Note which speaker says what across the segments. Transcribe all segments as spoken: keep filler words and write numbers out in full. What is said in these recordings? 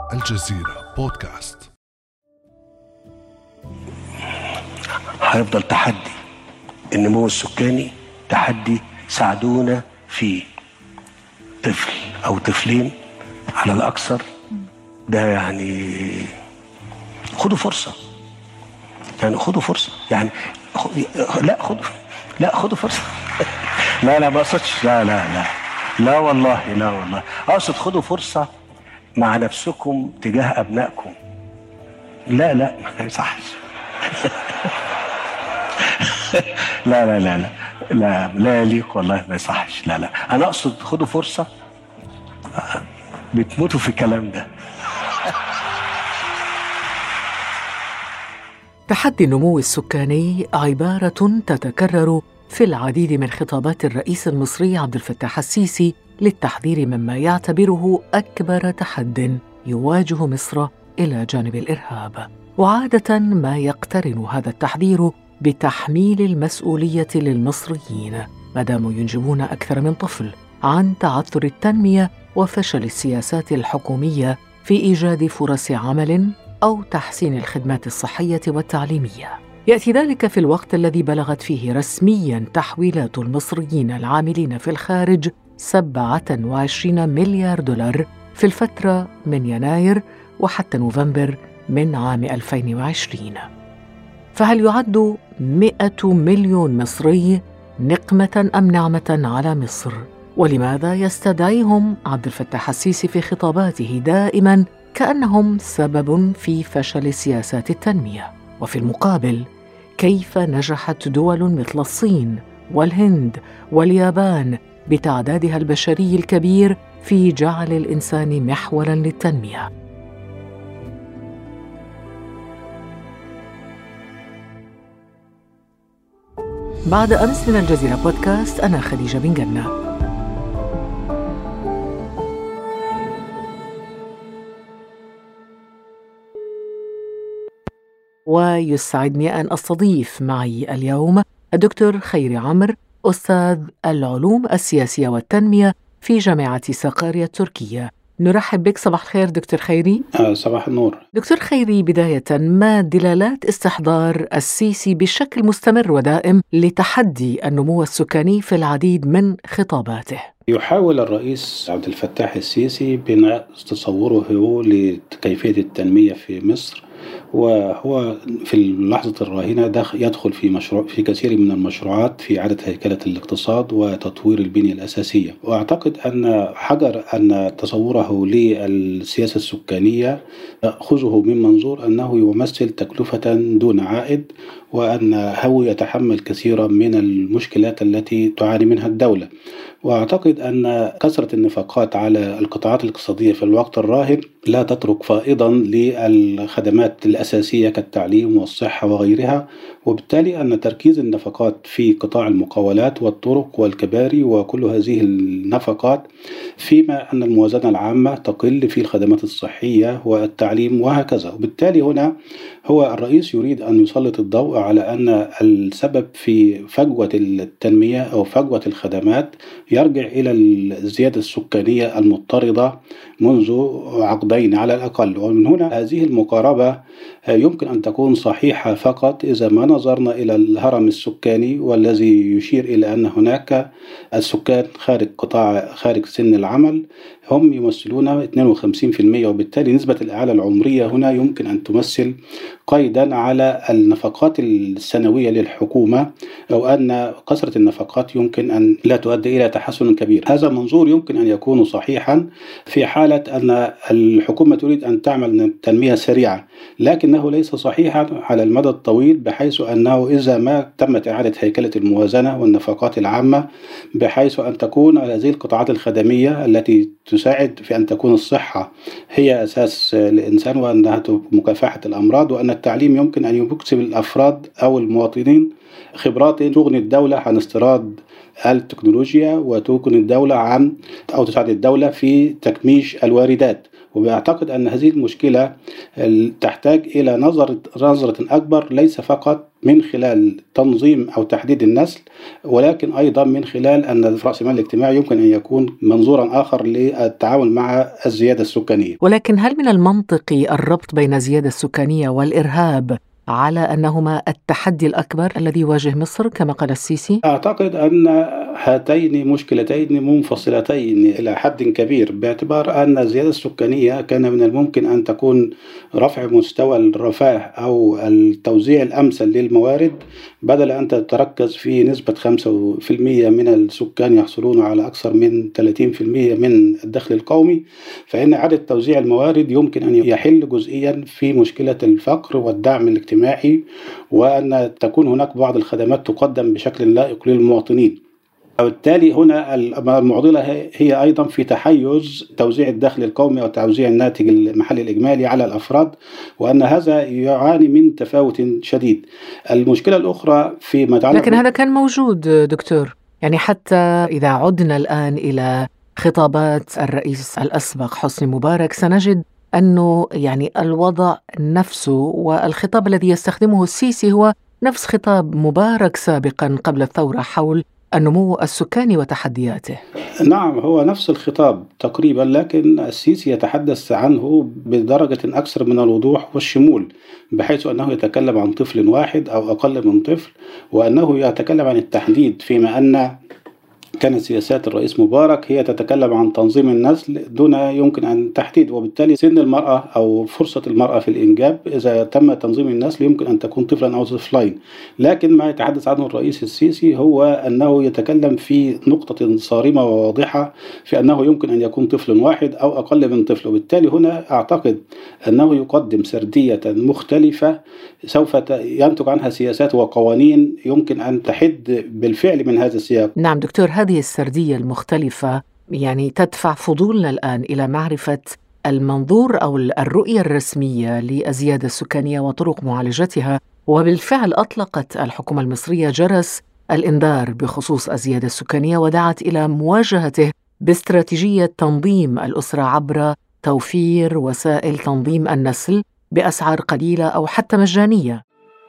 Speaker 1: الجزيرة بودكاست.
Speaker 2: هيفضل تحدي النمو السكاني، تحدي ساعدونا فيه طفل أو طفلين على الأكثر. ده يعني خدوا فرصة، يعني خدوا فرصة، يعني خ... لا خدوا لا خدوا فرصة لا لا ما أقصدش، لا لا لا لا والله لا والله أقصد خدوا فرصة مع نفسكم تجاه أبنائكم. لا لا ما يصحش لا لا لا لا لا لا ليك والله ما يصحش. لا لا أنا أقصد خدوا فرصة. بتموتوا في الكلام ده.
Speaker 3: تحدي النمو السكاني عبارة تتكرر في العديد من خطابات الرئيس المصري عبد الفتاح السيسي للتحذير مما يعتبره أكبر تحد يواجه مصر إلى جانب الإرهاب. وعادة ما يقترن هذا التحذير بتحميل المسؤولية للمصريين ما داموا ينجبون أكثر من طفل عن تعثر التنمية وفشل السياسات الحكومية في إيجاد فرص عمل أو تحسين الخدمات الصحية والتعليمية. يأتي ذلك في الوقت الذي بلغت فيه رسمياً تحويلات المصريين العاملين في الخارج سبعة وعشرين مليار دولار في الفترة من يناير وحتى نوفمبر من عام ألفين وعشرين. فهل يعد مئة مليون مصري نقمة أم نعمة على مصر؟ ولماذا يستدعيهم عبد الفتاح السيسي في خطاباته دائماً كأنهم سبب في فشل سياسات التنمية؟ وفي المقابل كيف نجحت دول مثل الصين والهند واليابان بتعدادها البشري الكبير في جعل الإنسان محوراً للتنمية؟ بعد أمس من الجزيرة بودكاست، أنا خديجة بن جنة. ويسعدني أن أستضيف معي اليوم الدكتور خيري عمرو، أستاذ العلوم السياسية والتنمية في جامعة سقاريا التركية. نرحب بك. صباح الخير دكتور خيري.
Speaker 4: آه صباح النور.
Speaker 3: دكتور خيري، بداية ما دلالات استحضار السيسي بشكل مستمر ودائم لتحدي النمو السكاني في العديد من خطاباته؟
Speaker 4: يحاول الرئيس عبد الفتاح السيسي بناء تصوره لكيفية التنمية في مصر، وهو في اللحظة الراهنة يدخل في مشروع في كثير من المشروعات في إعادة هيكلة الاقتصاد وتطوير البنية الأساسية. وأعتقد أن حجر أن تصوره للسياسة السكانية يأخذه من منظور أنه يمثل تكلفة دون عائد، وأنه يتحمل كثيرا من المشكلات التي تعاني منها الدولة. وأعتقد أن كثرة النفقات على القطاعات الاقتصادية في الوقت الراهن لا تترك فائضا للخدمات الأساسية كالتعليم والصحة وغيرها، وبالتالي أن تركيز النفقات في قطاع المقاولات والطرق والكباري وكل هذه النفقات، فيما أن الموازنة العامة تقل في الخدمات الصحية والتعليم وهكذا. وبالتالي هنا هو الرئيس يريد أن يسلط الضوء على أن السبب في فجوة التنمية أو فجوة الخدمات يرجع إلى الزيادة السكانية المضطردة منذ عقدين على الأقل. ومن هنا هذه المقاربة يمكن أن تكون صحيحة فقط إذا ما نظرنا إلى الهرم السكاني، والذي يشير إلى أن هناك السكان خارج قطاع خارج سن العمل هم يمثلون اثنين وخمسين بالمئة، وبالتالي نسبة الإعالة العمرية هنا يمكن أن تمثل قيدا على النفقات السنوية للحكومة، أو أن كثرة النفقات يمكن أن لا تؤدي إلى تحسن كبير. هذا المنظور يمكن أن يكون صحيحا في حالة أن الحكومة تريد أن تعمل تنمية سريعة، لكنه ليس صحيحا على المدى الطويل، بحيث أنه إذا ما تمت إعادة هيكلة الموازنة والنفقات العامة بحيث أن تكون هذه القطاعات الخدمية التي تساعد في أن تكون الصحة هي أساس الإنسان، وأنها مكافحة الأمراض، وأن التعليم يمكن أن يكسب الأفراد أو المواطنين خبرات تغني الدولة عن استيراد التكنولوجيا وتغني الدولة عن أو تساعد الدولة في تكميش الواردات. وبأعتقد أن هذه المشكلة تحتاج إلى نظرة نظرة أكبر، ليس فقط من خلال تنظيم أو تحديد النسل، ولكن أيضا من خلال أن رأس المال الاجتماعي يمكن أن يكون منظورا آخر للتعامل مع الزيادة السكانية.
Speaker 3: ولكن هل من المنطقي الربط بين الزيادة السكانية والإرهاب على أنهما التحدي الأكبر الذي يواجه مصر كما قال السيسي؟
Speaker 4: أعتقد أن هاتين مشكلتين منفصلتين إلى حد كبير، باعتبار أن الزيادة السكانية كان من الممكن أن تكون رفع مستوى الرفاه أو التوزيع الأمثل للموارد، بدل أن تتركز في نسبة خمسة بالمئة من السكان يحصلون على أكثر من ثلاثين بالمئة من الدخل القومي. فإن إعادة توزيع الموارد يمكن أن يحل جزئيا في مشكلة الفقر والدعم الاجتماعي، وأن تكون هناك بعض الخدمات تقدم بشكل لائق للمواطنين. وبالتالي هنا المعضلة هي أيضا في تحيز توزيع الدخل القومي أو توزيع الناتج المحلي الإجمالي على الأفراد، وأن هذا يعاني من تفاوت شديد. المشكلة الأخرى في متعلق
Speaker 3: لكن هذا كان موجود دكتور، يعني حتى إذا عدنا الآن إلى خطابات الرئيس الأسبق حسني مبارك سنجد أنه يعني الوضع نفسه والخطاب الذي يستخدمه السيسي هو نفس خطاب مبارك سابقا قبل الثورة حول النمو السكاني وتحدياته.
Speaker 4: نعم، هو نفس الخطاب تقريبا، لكن السيسي يتحدث عنه بدرجة أكثر من الوضوح والشمول، بحيث أنه يتكلم عن طفل واحد أو أقل من طفل، وأنه يتكلم عن التحديد، فيما أن كانت سياسات الرئيس مبارك هي تتكلم عن تنظيم النسل دون يمكن أن تحديد. وبالتالي سن المرأة أو فرصة المرأة في الإنجاب إذا تم تنظيم النسل يمكن أن تكون طفلا أو طفلين. لكن ما يتحدث عنه الرئيس السيسي هو أنه يتكلم في نقطة صارمة وواضحة في أنه يمكن أن يكون طفل واحد أو أقل من طفل. وبالتالي هنا أعتقد أنه يقدم سردية مختلفة سوف ينتج عنها سياسات وقوانين يمكن أن تحد بالفعل من هذا السياق.
Speaker 3: نعم دكتور، هذه السردية المختلفة يعني تدفع فضولنا الآن إلى معرفة المنظور أو الرؤية الرسمية للزيادة السكانية وطرق معالجتها. وبالفعل أطلقت الحكومة المصرية جرس الإنذار بخصوص الزيادة السكانية ودعت إلى مواجهته باستراتيجية تنظيم الأسرة عبر توفير وسائل تنظيم النسل بأسعار قليلة أو حتى مجانية.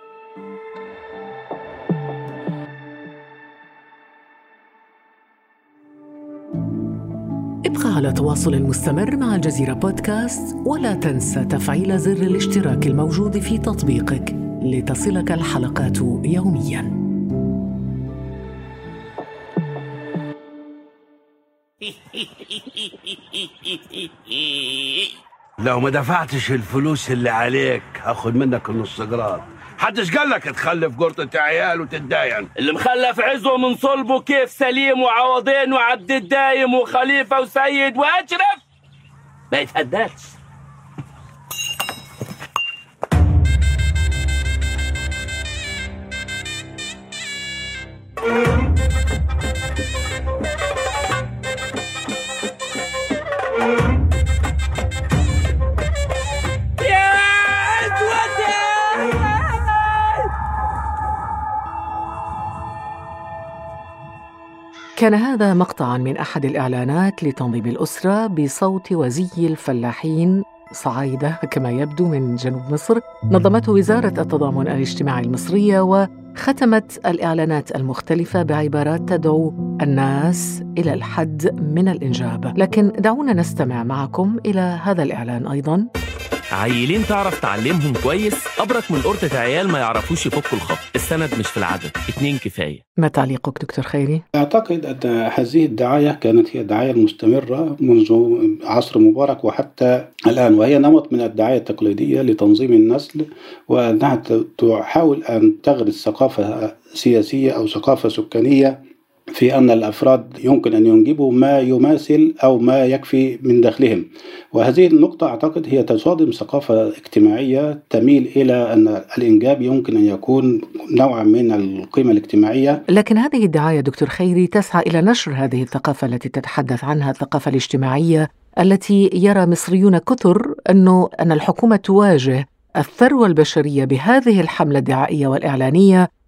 Speaker 3: ابقى على تواصل مستمر مع الجزيرة بودكاست، ولا تنسى تفعيل زر الاشتراك الموجود في تطبيقك لتصلك الحلقات يومياً.
Speaker 5: لو ما دفعتش الفلوس اللي عليك هاخد منك النص جراد. حدش قالك تخلف جرطة عيال وتتداين؟
Speaker 6: اللي مخلف عزوه من صلبه كيف سليم وعوضين وعبد الدايم وخليفة وسيد وأشرف ما يتهداش.
Speaker 3: كان هذا مقطعاً من أحد الإعلانات لتنظيم الأسرة بصوت وزي الفلاحين صعايدة كما يبدو من جنوب مصر، نظمته وزارة التضامن الاجتماعي المصرية، وختمت الإعلانات المختلفة بعبارات تدعو الناس إلى الحد من الإنجاب. لكن دعونا نستمع معكم إلى هذا الإعلان أيضاً.
Speaker 6: عيلين تعرف تعلمهم كويس أبرك من قرطة عيال ما يعرفوش يفكوا الخط. السند مش في العدد، اتنين كفاية.
Speaker 3: ما تعليقك دكتور خيري؟
Speaker 4: أعتقد أن هذه الدعاية كانت هي الدعاية المستمرة منذ عصر مبارك وحتى الآن، وهي نمط من الدعاية التقليدية لتنظيم النسل، وأنها تحاول أن تغرس ثقافة سياسية أو ثقافة سكانية في أن الأفراد يمكن أن ينجبوا ما يماثل أو ما يكفي من دخلهم. وهذه النقطة أعتقد هي تصادم ثقافة اجتماعية تميل إلى أن الإنجاب يمكن أن يكون نوعا من القيمة الاجتماعية.
Speaker 3: لكن هذه الدعاية دكتور خيري تسعى إلى نشر هذه الثقافة التي تتحدث عنها، الثقافة الاجتماعية التي يرى مصريون كثر أنه أن الحكومة تواجه الثروة البشرية بهذه الحملة الدعائية والإعلانية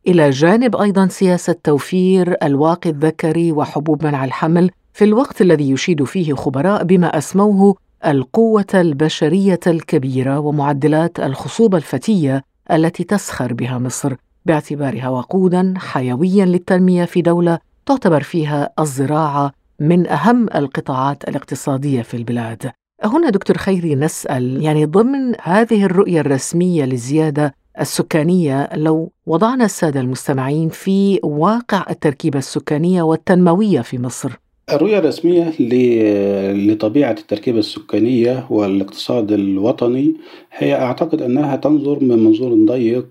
Speaker 3: إلى جانب أيضا سياسة توفير الواقي الذكري وحبوب منع الحمل في الوقت الذي يشيد فيه خبراء بما أسموه القوة البشرية الكبيرة ومعدلات الخصوبة الفتية التي تسخر بها مصر باعتبارها وقوداً حيوياً للتنمية في دولة تعتبر فيها الزراعة من أهم القطاعات الاقتصادية في البلاد. هنا دكتور خيري نسأل، يعني ضمن هذه الرؤية الرسمية للزيادة السكانية، لو وضعنا السادة المستمعين في واقع التركيبة السكانية والتنموية في مصر.
Speaker 4: الرؤية الرسمية لطبيعة التركيبة السكانية والاقتصاد الوطني هي أعتقد أنها تنظر من منظور ضيق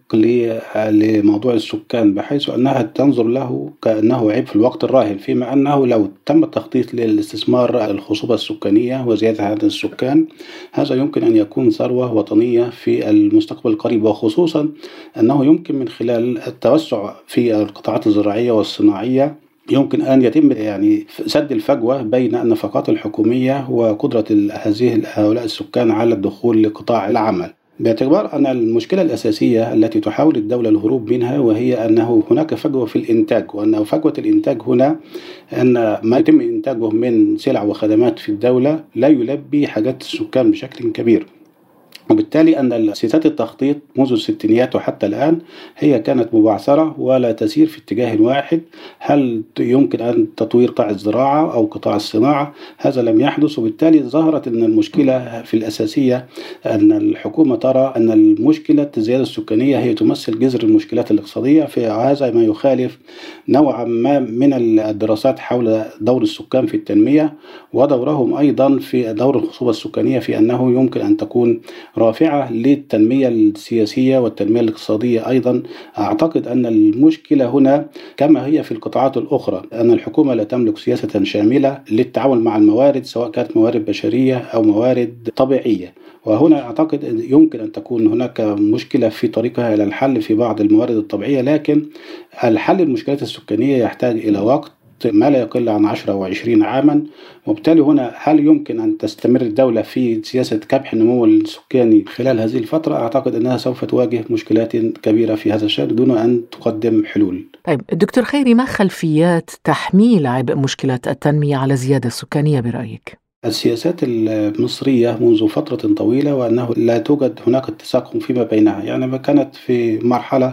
Speaker 4: لموضوع السكان، بحيث أنها تنظر له كأنه عيب في الوقت الراهن، فيما أنه لو تم التخطيط للاستثمار الخصوبة السكانية وزيادة عدد السكان، هذا يمكن أن يكون ثروة وطنية في المستقبل القريب، وخصوصا أنه يمكن من خلال التوسع في القطاعات الزراعية والصناعية يمكن أن يتم يعني سد الفجوة بين النفقات الحكومية وقدرة هذه هؤلاء السكان على الدخول لقطاع العمل، باعتبار أن المشكلة الأساسية التي تحاول الدولة الهروب منها وهي أنه هناك فجوة في الإنتاج، وأن فجوة الإنتاج هنا أن ما يتم إنتاجه من سلع وخدمات في الدولة لا يلبي حاجات السكان بشكل كبير، وبالتالي أن سياسات التخطيط منذ الستينيات وحتى الآن هي كانت مبعثرة ولا تسير في اتجاه واحد. هل يمكن أن تطوير قطاع الزراعة أو قطاع الصناعة؟ هذا لم يحدث، وبالتالي ظهرت أن المشكلة في الأساسية أن الحكومة ترى أن المشكلة الزيادة السكانية هي تمثل جذر المشكلات الاقتصادية، في هذا ما يخالف نوعا ما من الدراسات حول دور السكان في التنمية ودورهم أيضا في دور الخصوبة السكانية، في أنه يمكن أن تكون رافعة للتنمية السياسية والتنمية الاقتصادية أيضا. أعتقد أن المشكلة هنا كما هي في القطاعات الأخرى أن الحكومة لا تملك سياسة شاملة للتعامل مع الموارد، سواء كانت موارد بشرية أو موارد طبيعية، وهنا أعتقد يمكن أن تكون هناك مشكلة في طريقها إلى الحل في بعض الموارد الطبيعية، لكن الحل المشكلات السكانية يحتاج إلى وقت ما لا يقل عن عشرة أو عشرين عاما، وبالتالي هنا هل يمكن أن تستمر الدولة في سياسة كبح النمو السكاني خلال هذه الفترة؟ أعتقد أنها سوف تواجه مشكلات كبيرة في هذا الشأن دون أن تقدم حلول.
Speaker 3: طيب دكتور خيري، ما خلفيات تحميل عبء مشكلة التنمية على الزيادة السكانية برأيك؟
Speaker 4: السياسات المصرية منذ فترة طويلة وأنه لا توجد هناك اتساق فيما بينها، يعني ما كانت في مرحلة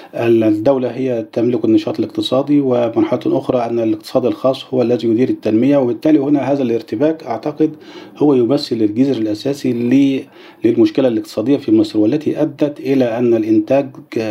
Speaker 4: الدولة هي تملك النشاط الاقتصادي، ومرحلة أخرى أن الاقتصاد الخاص هو الذي يدير التنمية، وبالتالي هنا هذا الارتباك أعتقد هو يمثل الجذر الأساسي للمشكلة الاقتصادية في مصر، والتي أدت إلى أن الإنتاج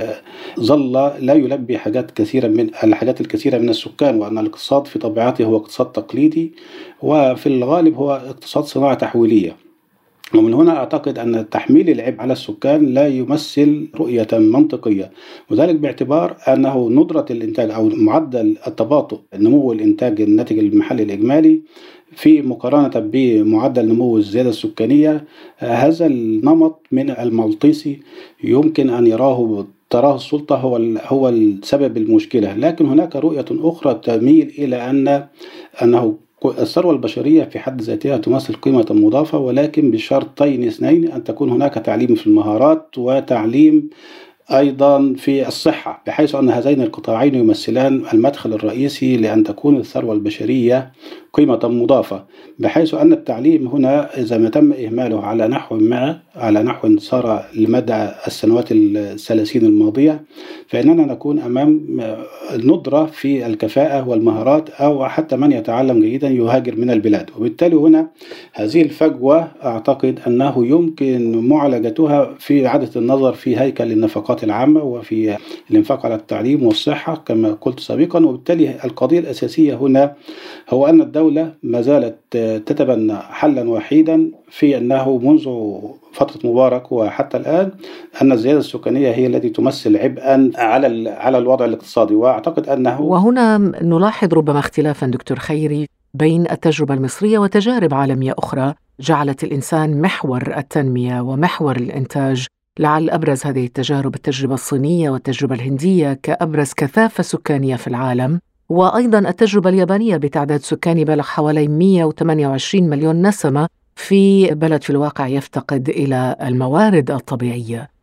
Speaker 4: ظل لا يلبي حاجات كثيرة من الحاجات الكثيرة من السكان، وأن الاقتصاد في طبيعته هو اقتصاد تقليدي وفي الغالب هو اقتصاد صناعة تحويلية. ومن هنا أعتقد أن تحميل العبء على السكان لا يمثل رؤية منطقية، وذلك باعتبار أنه ندرة الإنتاج أو معدل التباطؤ نمو الإنتاج الناتج المحلي الإجمالي في مقارنة بمعدل نمو الزيادة السكانية، هذا النمط من المغناطيسي يمكن أن يراه تراه السلطة هو هو السبب المشكلة، لكن هناك رؤية أخرى تميل إلى أن أنه الثروة البشرية في حد ذاتها تمثل قيمة مضافة، ولكن بشرطين اثنين: أن تكون هناك تعليم في المهارات وتعليم أيضا في الصحة، بحيث أن هذين القطاعين يمثلان المدخل الرئيسي لأن تكون الثروة البشرية قيمة مضافة، بحيث أن التعليم هنا إذا ما تم إهماله على نحو ما على نحو صار لمدى السنوات الثلاثين الماضية، فإننا نكون أمام ندرة في الكفاءة والمهارات، أو حتى من يتعلم جيدا يهاجر من البلاد، وبالتالي هنا هذه الفجوة أعتقد أنه يمكن معالجتها في إعادة النظر في هيكل النفقات العامة وفي الإنفاق على التعليم والصحة كما قلت سابقا. وبالتالي القضية الأساسية هنا هو أن الدولة ما زالت تتبنى حلا وحيدا في أنه منذ فترة مبارك وحتى الآن أن الزيادة السكانية هي التي تمثل عبئا على على الوضع الاقتصادي، وأعتقد أنه
Speaker 3: وهنا نلاحظ ربما اختلافا دكتور خيري بين التجربة المصرية وتجارب عالمية أخرى جعلت الإنسان محور التنمية ومحور الإنتاج. لعل أبرز هذه التجارب التجربة الصينية والتجربة الهندية كأبرز كثافة سكانية في العالم، وأيضا التجربة اليابانية بتعداد سكاني بلغ حوالي مئة وثمانية وعشرين مليون نسمة في بلد في الواقع يفتقد إلى الموارد الطبيعية.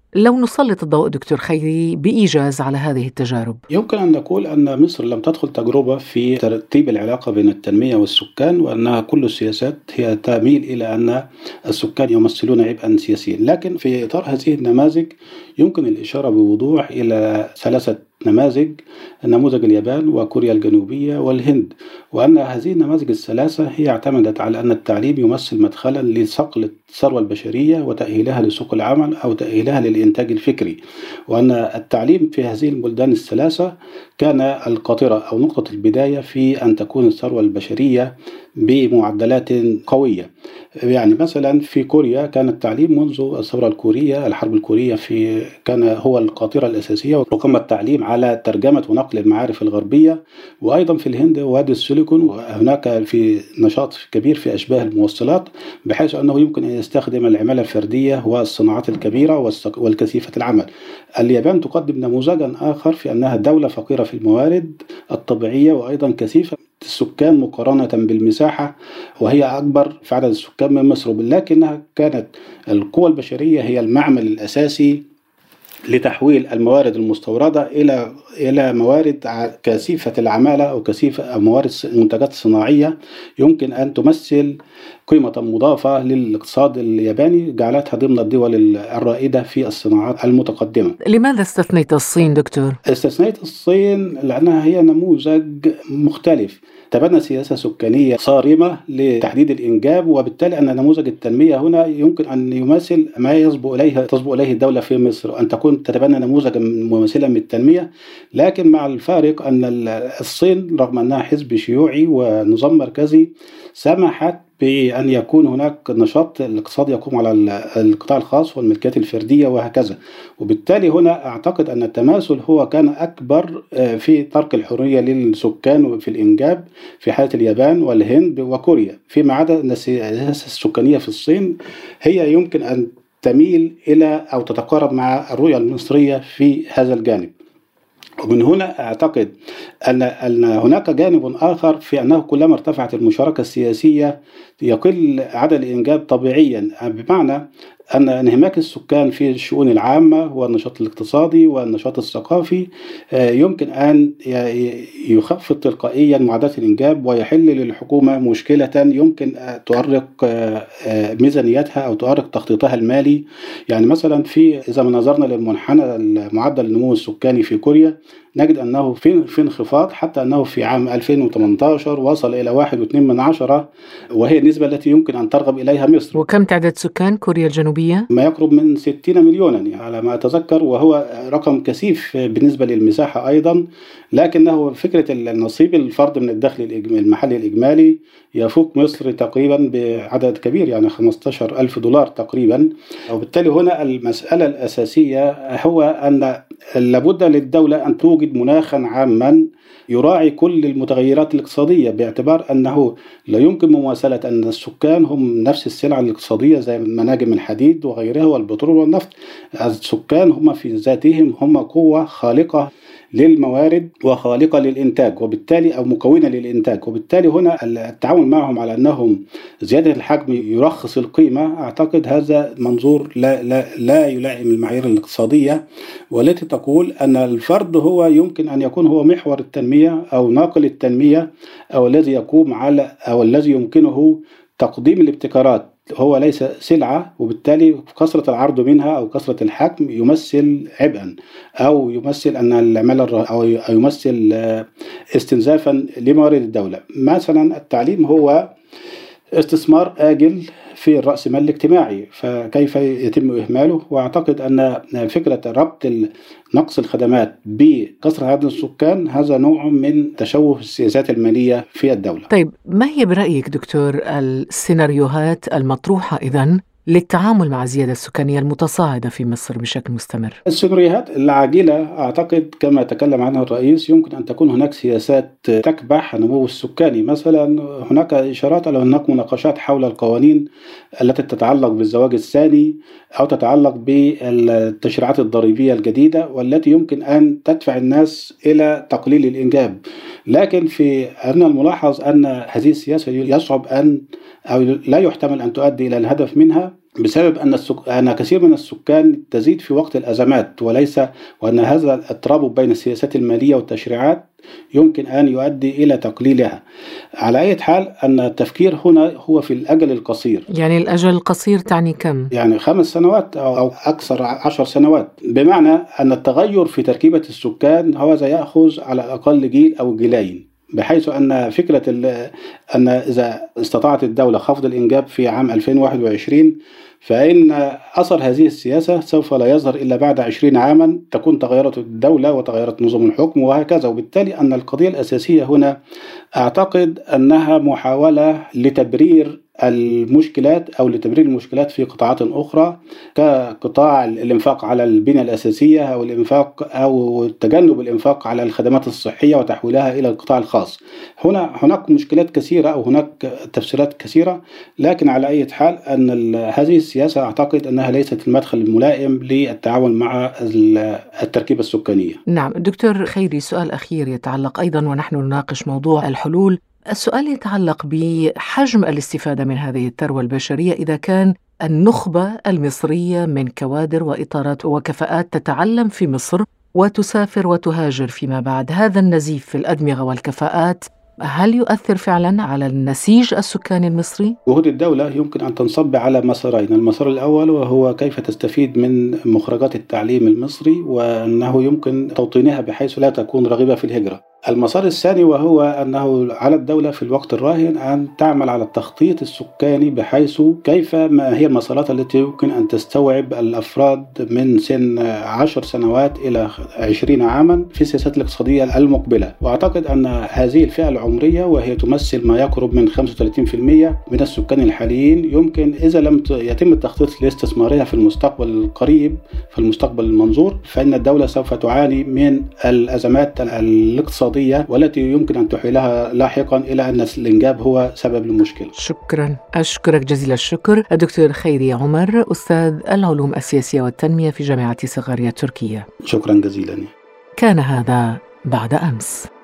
Speaker 3: لو نسلط الضوء دكتور خيري بإيجاز على هذه التجارب.
Speaker 4: يمكن أن نقول أن مصر لم تدخل تجربة في ترتيب العلاقة بين التنمية والسكان، وأنها كل السياسات هي تميل إلى أن السكان يمثلون عبئا سياسيا. لكن في إطار هذه النماذج يمكن الإشارة بوضوح إلى ثلاثة نماذج: نموذج اليابان وكوريا الجنوبية والهند، وأن هذه النماذج الثلاثة هي اعتمدت على أن التعليم يمثل مدخلا لصقل الثروة البشرية وتأهيلها لسوق العمل أو تأهيلها للإنتاج الفكري، وأن التعليم في هذه البلدان الثلاثة كان القاطرة أو نقطة البداية في أن تكون الثروة البشرية بمعدلات قوية. يعني مثلا في كوريا كان التعليم منذ الثورة الكورية، الحرب الكورية، في كان هو القاطرة الأساسية، وقام التعليم على ترجمة ونقل المعارف الغربية. وأيضا في الهند وادي السيليكون، وهناك في نشاط كبير في أشباه الموصلات، بحيث أنه يمكن أن يستخدم العمالة الفردية والصناعات الكبيرة والكثيفة العمل. اليابان تقدم نموذجا آخر في أنها دولة فقيرة في الموارد الطبيعية وأيضا كثيفة السكان مقارنة بالمساحة، وهي أكبر في عدد السكان من مصر، لكنها كانت القوى البشرية هي المعمل الأساسي لتحويل الموارد المستوردة إلى إلى موارد كثيفة العمالة أو كثيفة أو موارد منتجات صناعية يمكن أن تمثل قيمة مضافة للاقتصاد الياباني، جعلتها ضمن الدول الرائدة في الصناعات المتقدمة.
Speaker 3: لماذا استثنيت الصين دكتور؟
Speaker 4: استثنيت الصين لأنها هي نموذج مختلف، تبنى سياسة سكانية صارمة لتحديد الإنجاب، وبالتالي أن نموذج التنمية هنا يمكن أن يماثل ما يسبق إليه تسبق إليه الدولة في مصر، أن تكون تتبنى نموذجا مماثلا من التنمية، لكن مع الفارق أن الصين رغم أنها حزب شيوعي ونظام مركزي سمحت بأن يكون هناك نشاط الاقتصاد يقوم على القطاع الخاص والملكيات الفردية وهكذا. وبالتالي هنا أعتقد أن التماثل هو كان أكبر في ترك الحرية للسكان في الإنجاب في حالة اليابان والهند وكوريا، فيما عدا أن السياسة السكانية في الصين هي يمكن أن تميل إلى أو تتقارب مع الرؤية المصرية في هذا الجانب. ومن هنا أعتقد أن أن هناك جانب آخر في أنه كلما ارتفعت المشاركة السياسية يقل عدد الإنجاب طبيعيا، بمعنى أن انهماك السكان في الشؤون العامة والنشاط الاقتصادي والنشاط الثقافي يمكن أن يخفض تلقائيا معدلات الإنجاب ويحل للحكومة مشكلة يمكن تؤرق ميزانيتها أو تؤرق تخطيطها المالي. يعني مثلا في إذا ما نظرنا للمنحنى معدل النمو السكاني في كوريا نجد أنه في في انخفاض، حتى أنه في عام ألفين وثمانية عشر وصل إلى واحد فاصلة اثنين من عشرة، وهي النسبة التي يمكن أن ترغب إليها مصر.
Speaker 3: وكم تعداد سكان كوريا الجنوبية؟
Speaker 4: ما يقرب من ستين مليونا يعني على ما أتذكر، وهو رقم كثيف بالنسبة للمساحة أيضا، لكنه فكرة النصيب الفرد من الدخل المحلي الإجمالي يفوق مصر تقريبا بعدد كبير، يعني خمسة عشر ألف دولار تقريبا. وبالتالي هنا المسألة الأساسية هو أن لابد للدولة أن توجد مناخا عاما يراعي كل المتغيرات الاقتصادية، باعتبار أنه لا يمكن مماثلة أن السكان هم نفس السلع الاقتصادية زي مناجم الحديد وغيرها والبترول والنفط. السكان هم في ذاتهم هم قوة خالقة للموارد وخالقة للإنتاج، وبالتالي أو مكونة للإنتاج، وبالتالي هنا التعامل معهم على أنهم زيادة الحجم يرخص القيمة، أعتقد هذا منظور لا, لا, لا يلائم المعايير الاقتصادية، والتي تقول أن الفرد هو يمكن أن يكون هو محور التنمية أو ناقل التنمية، أو الذي يقوم على أو الذي يمكنه تقديم الابتكارات، هو ليس سلعة، وبالتالي كثرة العرض منها أو كثرة الحجم يمثل عبئا أو يمثل أن العمالة أو يمثل استنزافا لموارد الدولة. مثلا التعليم هو استثمار آجل في الرأسمال الاجتماعي، فكيف يتم إهماله؟ وأعتقد أن فكرة ربط نقص الخدمات بكثرة عدد السكان هذا نوع من تشوه السياسات المالية في الدولة.
Speaker 3: طيب ما هي برأيك دكتور السيناريوهات المطروحة إذن للتعامل مع الزيادة السكانية المتصاعدة في مصر بشكل مستمر؟
Speaker 4: السيناريوهات العاجلة أعتقد كما تكلم عنها الرئيس يمكن أن تكون هناك سياسات تكبح النمو السكاني. مثلا هناك إشارات على هناك مناقشات حول القوانين التي تتعلق بالزواج الثاني أو تتعلق بالتشريعات الضريبية الجديدة، والتي يمكن أن تدفع الناس إلى تقليل الإنجاب. لكن في أن الملاحظ أن هذه السياسة يصعب أن أو لا يحتمل أن تؤدي إلى الهدف منها، بسبب أن, السك... أن كثير من السكان تزيد في وقت الأزمات، وليس وأن هذا الترابط بين السياسات المالية والتشريعات يمكن أن يؤدي إلى تقليلها. على أي حال أن التفكير هنا هو في الأجل القصير.
Speaker 3: يعني الأجل القصير تعني كم؟
Speaker 4: يعني خمس سنوات أو أكثر عشر سنوات، بمعنى أن التغير في تركيبة السكان هو سيأخذ على الأقل جيل أو جيلين، بحيث أن فكرة أن إذا استطاعت الدولة خفض الإنجاب في عام ألفين وواحد وعشرين فإن أثر هذه السياسة سوف لا يظهر إلا بعد عشرين عاما، تكون تغيرت الدولة وتغيرت نظام الحكم وهكذا. وبالتالي أن القضية الأساسية هنا أعتقد أنها محاولة لتبرير المشكلات أو لتبرير المشكلات في قطاعات أخرى، كقطاع الإنفاق على البنية الأساسية أو الإنفاق أو تجنب الإنفاق على الخدمات الصحية وتحويلها إلى القطاع الخاص. هنا هناك مشكلات كثيرة أو هناك تفسيرات كثيرة، لكن على أي حال أن هذه السياسة أعتقد أنها ليست المدخل الملائم للتعامل مع التركيبة السكانية.
Speaker 3: نعم دكتور خيري، سؤال أخير يتعلق أيضا ونحن نناقش موضوع الحلول. السؤال يتعلق بحجم الاستفادة من هذه الثروة البشرية إذا كان النخبة المصرية من كوادر وإطارات وكفاءات تتعلم في مصر وتسافر وتهاجر فيما بعد. هذا النزيف في الأدمغة والكفاءات هل يؤثر فعلا على النسيج السكاني المصري؟
Speaker 4: جهود الدولة يمكن أن تنصب على مسارين. المسار الأول وهو كيف تستفيد من مخرجات التعليم المصري وأنه يمكن توطينها بحيث لا تكون راغبة في الهجرة. المسار الثاني وهو أنه على الدولة في الوقت الراهن أن تعمل على التخطيط السكاني، بحيث كيف ما هي المسارات التي يمكن أن تستوعب الأفراد من سن عشر سنوات إلى عشرين عاما في السياسات الاقتصادية المقبلة. وأعتقد أن هذه الفئة العمرية وهي تمثل ما يقرب من خمسة وثلاثين بالمئة من السكان الحاليين، يمكن إذا لم يتم التخطيط لاستثمارها في المستقبل القريب في المستقبل المنظور فإن الدولة سوف تعاني من الأزمات الاقتصادية والتي يمكن أن تحيلها لاحقا إلى أن الإنجاب هو سبب المشكلة.
Speaker 3: شكرا، أشكرك جزيل الشكر الدكتور خيري عمر، أستاذ العلوم السياسية والتنمية في جامعة صغارية تركيا.
Speaker 4: شكرا جزيلا.
Speaker 3: كان هذا بعد أمس.